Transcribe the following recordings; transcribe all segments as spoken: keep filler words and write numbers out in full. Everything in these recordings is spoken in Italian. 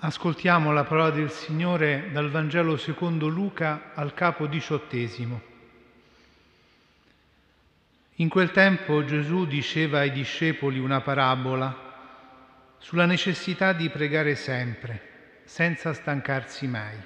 Ascoltiamo la parola del Signore dal Vangelo secondo Luca al capo diciottesimo. In quel tempo Gesù diceva ai discepoli una parabola sulla necessità di pregare sempre, senza stancarsi mai.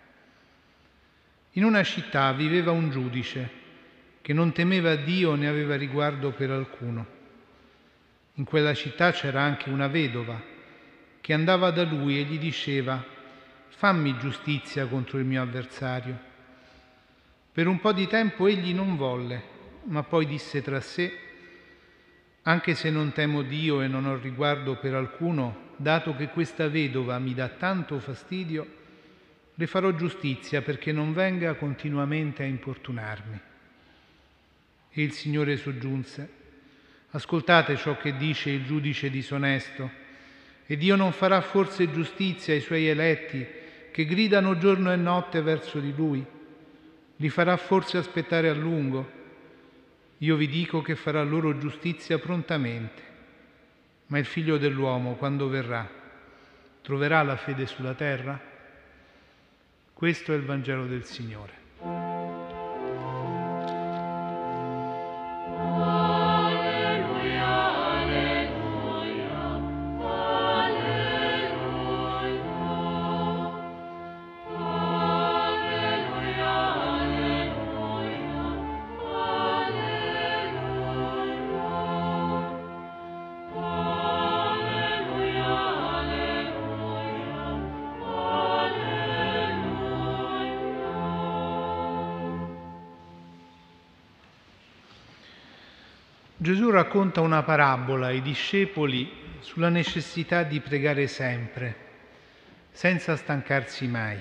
In una città viveva un giudice che non temeva Dio né aveva riguardo per alcuno. In quella città c'era anche una vedova che andava da lui e gli diceva: «Fammi giustizia contro il mio avversario». Per un po' di tempo egli non volle, ma poi disse tra sé: «Anche se non temo Dio e non ho riguardo per alcuno, dato che questa vedova mi dà tanto fastidio, le farò giustizia perché non venga continuamente a importunarmi». E il Signore soggiunse: «Ascoltate ciò che dice il giudice disonesto. E Dio non farà forse giustizia ai suoi eletti che gridano giorno e notte verso di Lui? Li farà forse aspettare a lungo? Io vi dico che farà loro giustizia prontamente. Ma il Figlio dell'uomo, quando verrà, troverà la fede sulla terra?» Questo è il Vangelo del Signore. Gesù racconta una parabola ai discepoli sulla necessità di pregare sempre, senza stancarsi mai.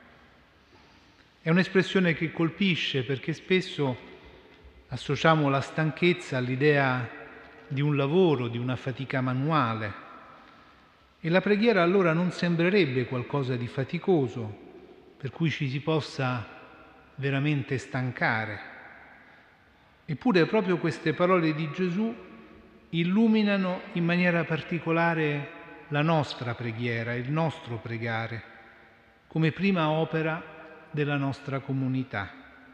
È un'espressione che colpisce perché spesso associamo la stanchezza all'idea di un lavoro, di una fatica manuale. E la preghiera allora non sembrerebbe qualcosa di faticoso, per cui ci si possa veramente stancare. Eppure proprio queste parole di Gesù illuminano in maniera particolare la nostra preghiera, il nostro pregare, come prima opera della nostra comunità.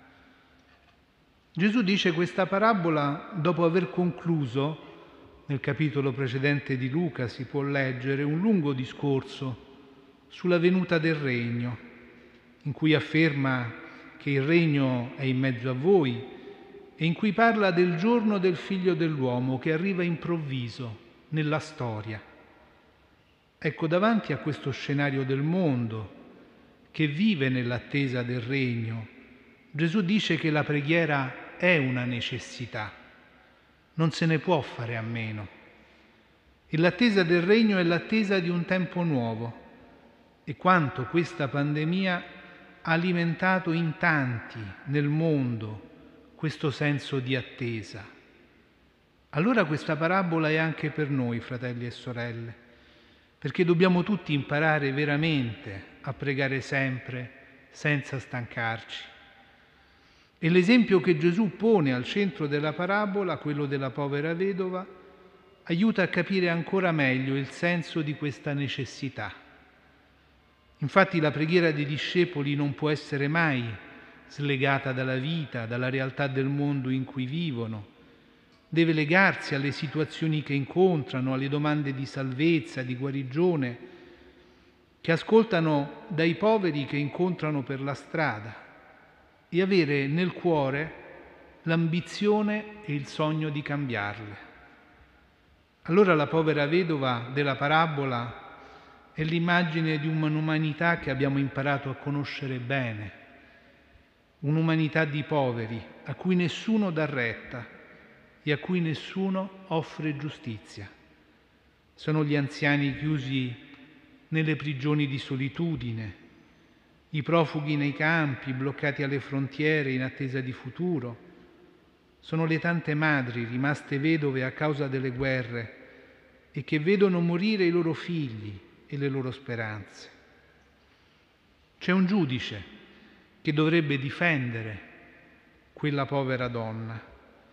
Gesù dice questa parabola dopo aver concluso, nel capitolo precedente di Luca si può leggere, un lungo discorso sulla venuta del regno, in cui afferma che il regno è in mezzo a voi, e in cui parla del giorno del Figlio dell'uomo che arriva improvviso nella storia. Ecco, davanti a questo scenario del mondo che vive nell'attesa del regno, Gesù dice che la preghiera è una necessità, non se ne può fare a meno. E l'attesa del regno è l'attesa di un tempo nuovo, e quanto questa pandemia ha alimentato in tanti nel mondo questo senso di attesa. Allora questa parabola è anche per noi, fratelli e sorelle, perché dobbiamo tutti imparare veramente a pregare sempre senza stancarci. E l'esempio che Gesù pone al centro della parabola, quello della povera vedova, aiuta a capire ancora meglio il senso di questa necessità. Infatti la preghiera dei discepoli non può essere mai slegata dalla vita, dalla realtà del mondo in cui vivono. Deve legarsi alle situazioni che incontrano, alle domande di salvezza, di guarigione, che ascoltano dai poveri che incontrano per la strada, e avere nel cuore l'ambizione e il sogno di cambiarle. Allora la povera vedova della parabola è l'immagine di un'umanità che abbiamo imparato a conoscere bene, un'umanità di poveri a cui nessuno dà retta e a cui nessuno offre giustizia. Sono gli anziani chiusi nelle prigioni di solitudine, i profughi nei campi, bloccati alle frontiere in attesa di futuro. Sono le tante madri rimaste vedove a causa delle guerre e che vedono morire i loro figli e le loro speranze. C'è un giudice che dovrebbe difendere quella povera donna,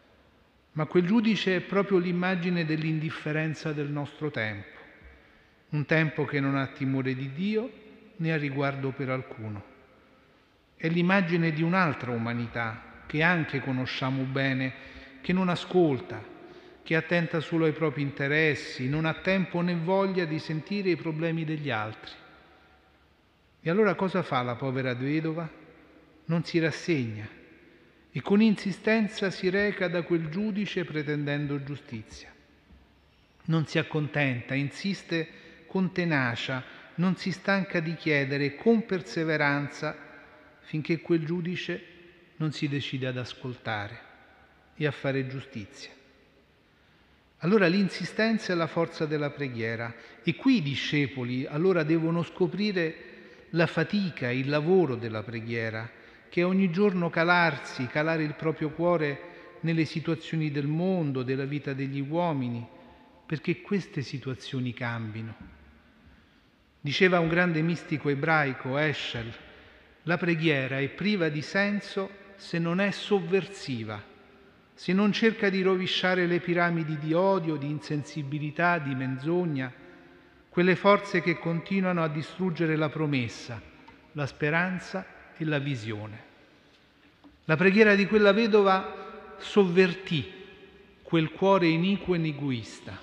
ma quel giudice è proprio l'immagine dell'indifferenza del nostro tempo, un tempo che non ha timore di Dio né ha riguardo per alcuno. È l'immagine di un'altra umanità che anche conosciamo bene, che non ascolta, che è attenta solo ai propri interessi, non ha tempo né voglia di sentire i problemi degli altri. E allora cosa fa la povera vedova? Non si rassegna e con insistenza si reca da quel giudice pretendendo giustizia. Non si accontenta, insiste con tenacia, non si stanca di chiedere con perseveranza finché quel giudice non si decide ad ascoltare e a fare giustizia. Allora l'insistenza è la forza della preghiera e qui i discepoli allora devono scoprire la fatica, il lavoro della preghiera, che è ogni giorno calarsi, calare il proprio cuore nelle situazioni del mondo, della vita degli uomini, perché queste situazioni cambino. Diceva un grande mistico ebraico, Heschel, la preghiera è priva di senso se non è sovversiva, se non cerca di rovesciare le piramidi di odio, di insensibilità, di menzogna, quelle forze che continuano a distruggere la promessa, la speranza e la visione. La preghiera di quella vedova sovvertì quel cuore iniquo ed egoista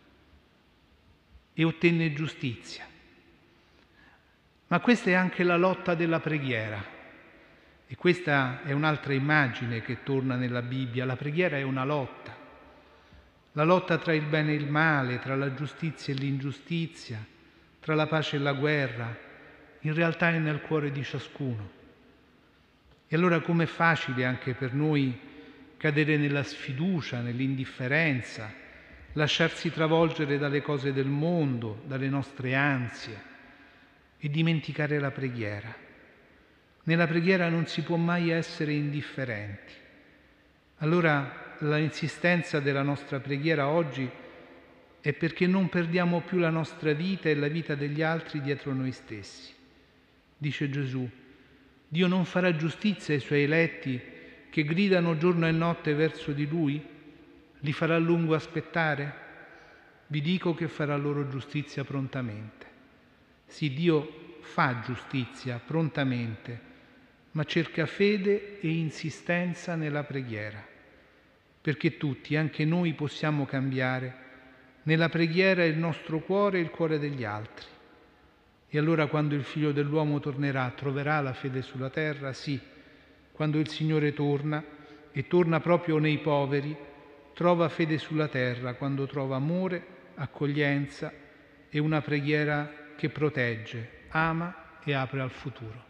e ottenne giustizia. Ma questa è anche la lotta della preghiera e questa è un'altra immagine che torna nella Bibbia. La preghiera è una lotta, la lotta tra il bene e il male, tra la giustizia e l'ingiustizia, tra la pace e la guerra, in realtà è nel cuore di ciascuno. E allora com'è facile anche per noi cadere nella sfiducia, nell'indifferenza, lasciarsi travolgere dalle cose del mondo, dalle nostre ansie e dimenticare la preghiera. Nella preghiera non si può mai essere indifferenti. Allora l'insistenza della nostra preghiera oggi è perché non perdiamo più la nostra vita e la vita degli altri dietro noi stessi. Dice Gesù, Dio non farà giustizia ai Suoi eletti che gridano giorno e notte verso di Lui? Li farà a lungo aspettare? Vi dico che farà loro giustizia prontamente. Sì, Dio fa giustizia prontamente, ma cerca fede e insistenza nella preghiera, perché tutti, anche noi, possiamo cambiare nella preghiera il nostro cuore e il cuore degli altri. E allora quando il Figlio dell'uomo tornerà, troverà la fede sulla terra? Sì, quando il Signore torna, e torna proprio nei poveri, trova fede sulla terra, quando trova amore, accoglienza e una preghiera che protegge, ama e apre al futuro.